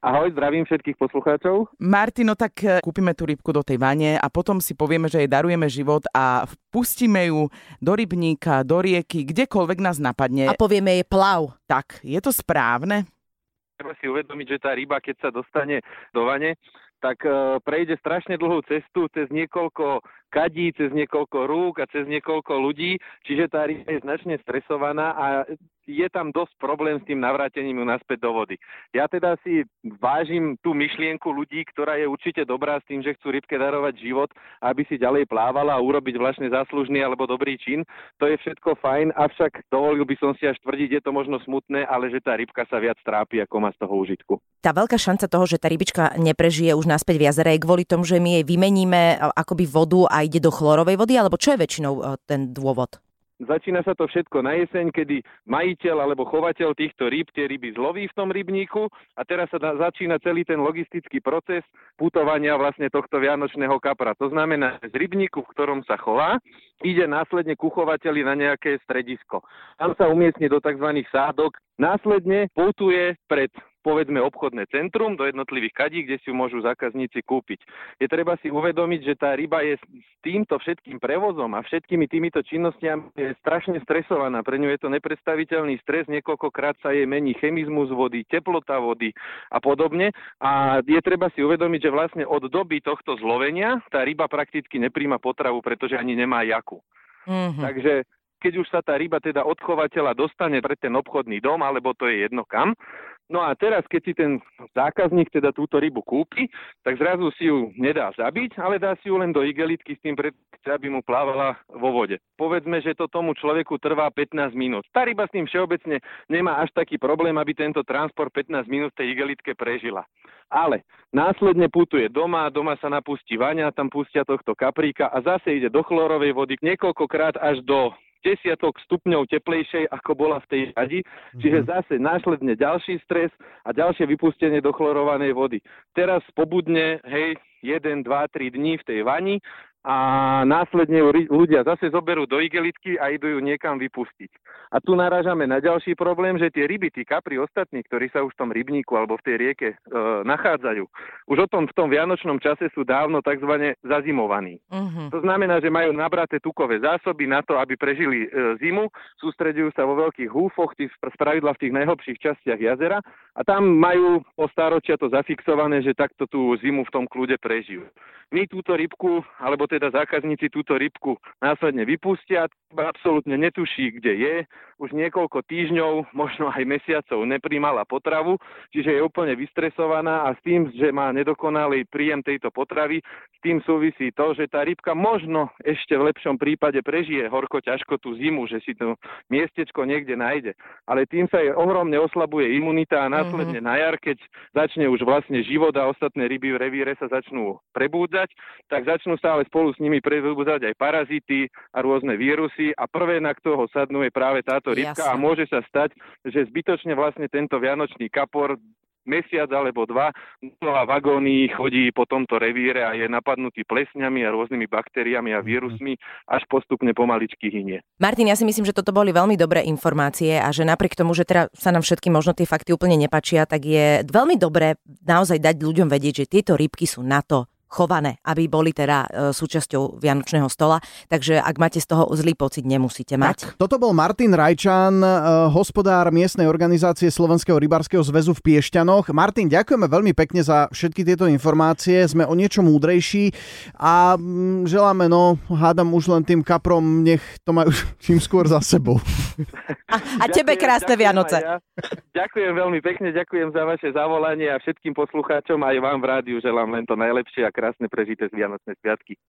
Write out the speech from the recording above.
Ahoj, zdravím všetkých poslucháčov. Martino, tak kúpime tú rybku do tej vane a potom si povieme, že jej darujeme život a pustíme ju do rybníka, do rieky, kdekoľvek nás napadne. A povieme jej plav. Tak, je to správne? Treba si uvedomiť, že tá ryba, keď sa dostane do vane, tak prejde strašne dlhú cestu cez niekoľko kadí, cez niekoľko rúk a cez niekoľko ľudí, čiže tá ryba je značne stresovaná a je tam dosť problém s tým navrátením ju naspäť do vody. Ja teda si vážim tú myšlienku ľudí, ktorá je určite dobrá s tým, že chcú rybke darovať život, aby si ďalej plávala a urobiť vlastne záslužný alebo dobrý čin. To je všetko fajn, avšak dovolil by som si až tvrdiť, je to možno smutné, ale že tá rybka sa viac trápi, ako má z toho užitku. Tá veľká šanca toho, že tá rybička neprežije už naspäť v jazere, je kvôli tomu, že my jej vymeníme akoby vodu a ide do chlorovej vody, alebo čo je väčšinou ten dôvod? Začína sa to všetko na jeseň, kedy majiteľ alebo chovateľ týchto rýb tie ryby zloví v tom rybníku a teraz sa začína celý ten logistický proces putovania vlastne tohto vianočného kapra. To znamená, že z rybníku, v ktorom sa chová, ide následne ku chovateľi na nejaké stredisko. Tam sa umiestni do tzv. Sádok, následne putuje pred povedzme obchodné centrum do jednotlivých kadí, kde si ju môžu zákazníci kúpiť. Je treba si uvedomiť, že tá ryba je s týmto všetkým prevozom a všetkými týmito činnostiami je strašne stresovaná. Pre ňu je to nepredstaviteľný stres, niekoľkokrát sa jej mení chemizmus vody, teplota vody a podobne. A je treba si uvedomiť, že vlastne od doby tohto zlovenia tá ryba prakticky nepríjma potravu, pretože ani nemá jaku. Takže keď už sa tá ryba teda od chovateľa dostane pred ten obchodný dom, alebo to je jedno kam. No a teraz, keď si ten zákazník teda túto rybu kúpi, tak zrazu si ju nedá zabiť, ale dá si ju len do igelitky s tým, aby mu plávala vo vode. Povedzme, že to tomu človeku trvá 15 minút. Tá ryba s tým všeobecne nemá až taký problém, aby tento transport 15 minút tej igelitke prežila. Ale následne putuje doma sa napustí vaňa, tam pustia tohto kapríka a zase ide do chlorovej vody niekoľkokrát až do desiatok stupňov teplejšej, ako bola v tej kadi. Čiže zase následne ďalší stres a ďalšie vypustenie do chlorovanej vody. Teraz pobudne, 1, 2, 3 dní v tej vani a následne ľudia zase zoberú do igelitky a idú ju niekam vypustiť. A tu narážame na ďalší problém, že tie ryby, tí kapri ostatní, ktorí sa už v tom rybníku alebo v tej rieke nachádzajú, už v tom vianočnom čase sú dávno takzvané zazimovaní. To znamená, že majú nabraté tukové zásoby na to, aby prežili zimu, sústreďujú sa vo veľkých húfoch, spravidla v tých najhlbších častiach jazera a tam majú po stáročia to zafixované, že takto tú zimu v tom kľude prežijú. My túto rybku, alebo teda zákazníci túto rybku následne vypustia, absolútne netuší, kde je, už niekoľko týždňov, možno aj mesiacov nepríjmala potravu, čiže je úplne vystresovaná a s tým, že má nedokonalý príjem tejto potravy, s tým súvisí to, že tá rybka možno ešte v lepšom prípade prežije horko ťažko tú zimu, že si to miestečko niekde nájde. Ale tým sa jej ohromne oslabuje imunita a následne na jar, keď začne už vlastne život a ostatné ryby v revíre sa začnú prebúdzať, tak začnú stále spolu s nimi prebúdzať aj parazity a rôzne vírusy a prvé, na ktorého sadnú, je práve táto rybka. A môže sa stať, že zbytočne vlastne tento vianočný kapor mesiac alebo 2 v agónii chodí po tomto revíre a je napadnutý plesňami a rôznymi baktériami a vírusmi, až postupne pomaličky hynie. Martin, ja si myslím, že toto boli veľmi dobré informácie a že napriek tomu, že teda sa nám všetky možno tie fakty úplne nepačia, tak je veľmi dobré naozaj dať ľuďom vedieť, že tieto rybky sú na to chované, aby boli teda súčasťou vianočného stola. Takže ak máte z toho zlý pocit, nemusíte mať. Tak, toto bol Martin Rajčan, hospodár miestnej organizácie Slovenského rybárskeho zväzu v Piešťanoch. Martin, ďakujeme veľmi pekne za všetky tieto informácie. Sme o niečo múdrejší a želáme, hádam už len tým kaprom, nech to majú čím skôr za sebou. A tebe krásne Vianoce. Ja. Ďakujem veľmi pekne, ďakujem za vaše zavolanie a všetkým poslucháčom aj vám v rádiu želám len to najlepšie a krásne prežité z Vianočné sviatky.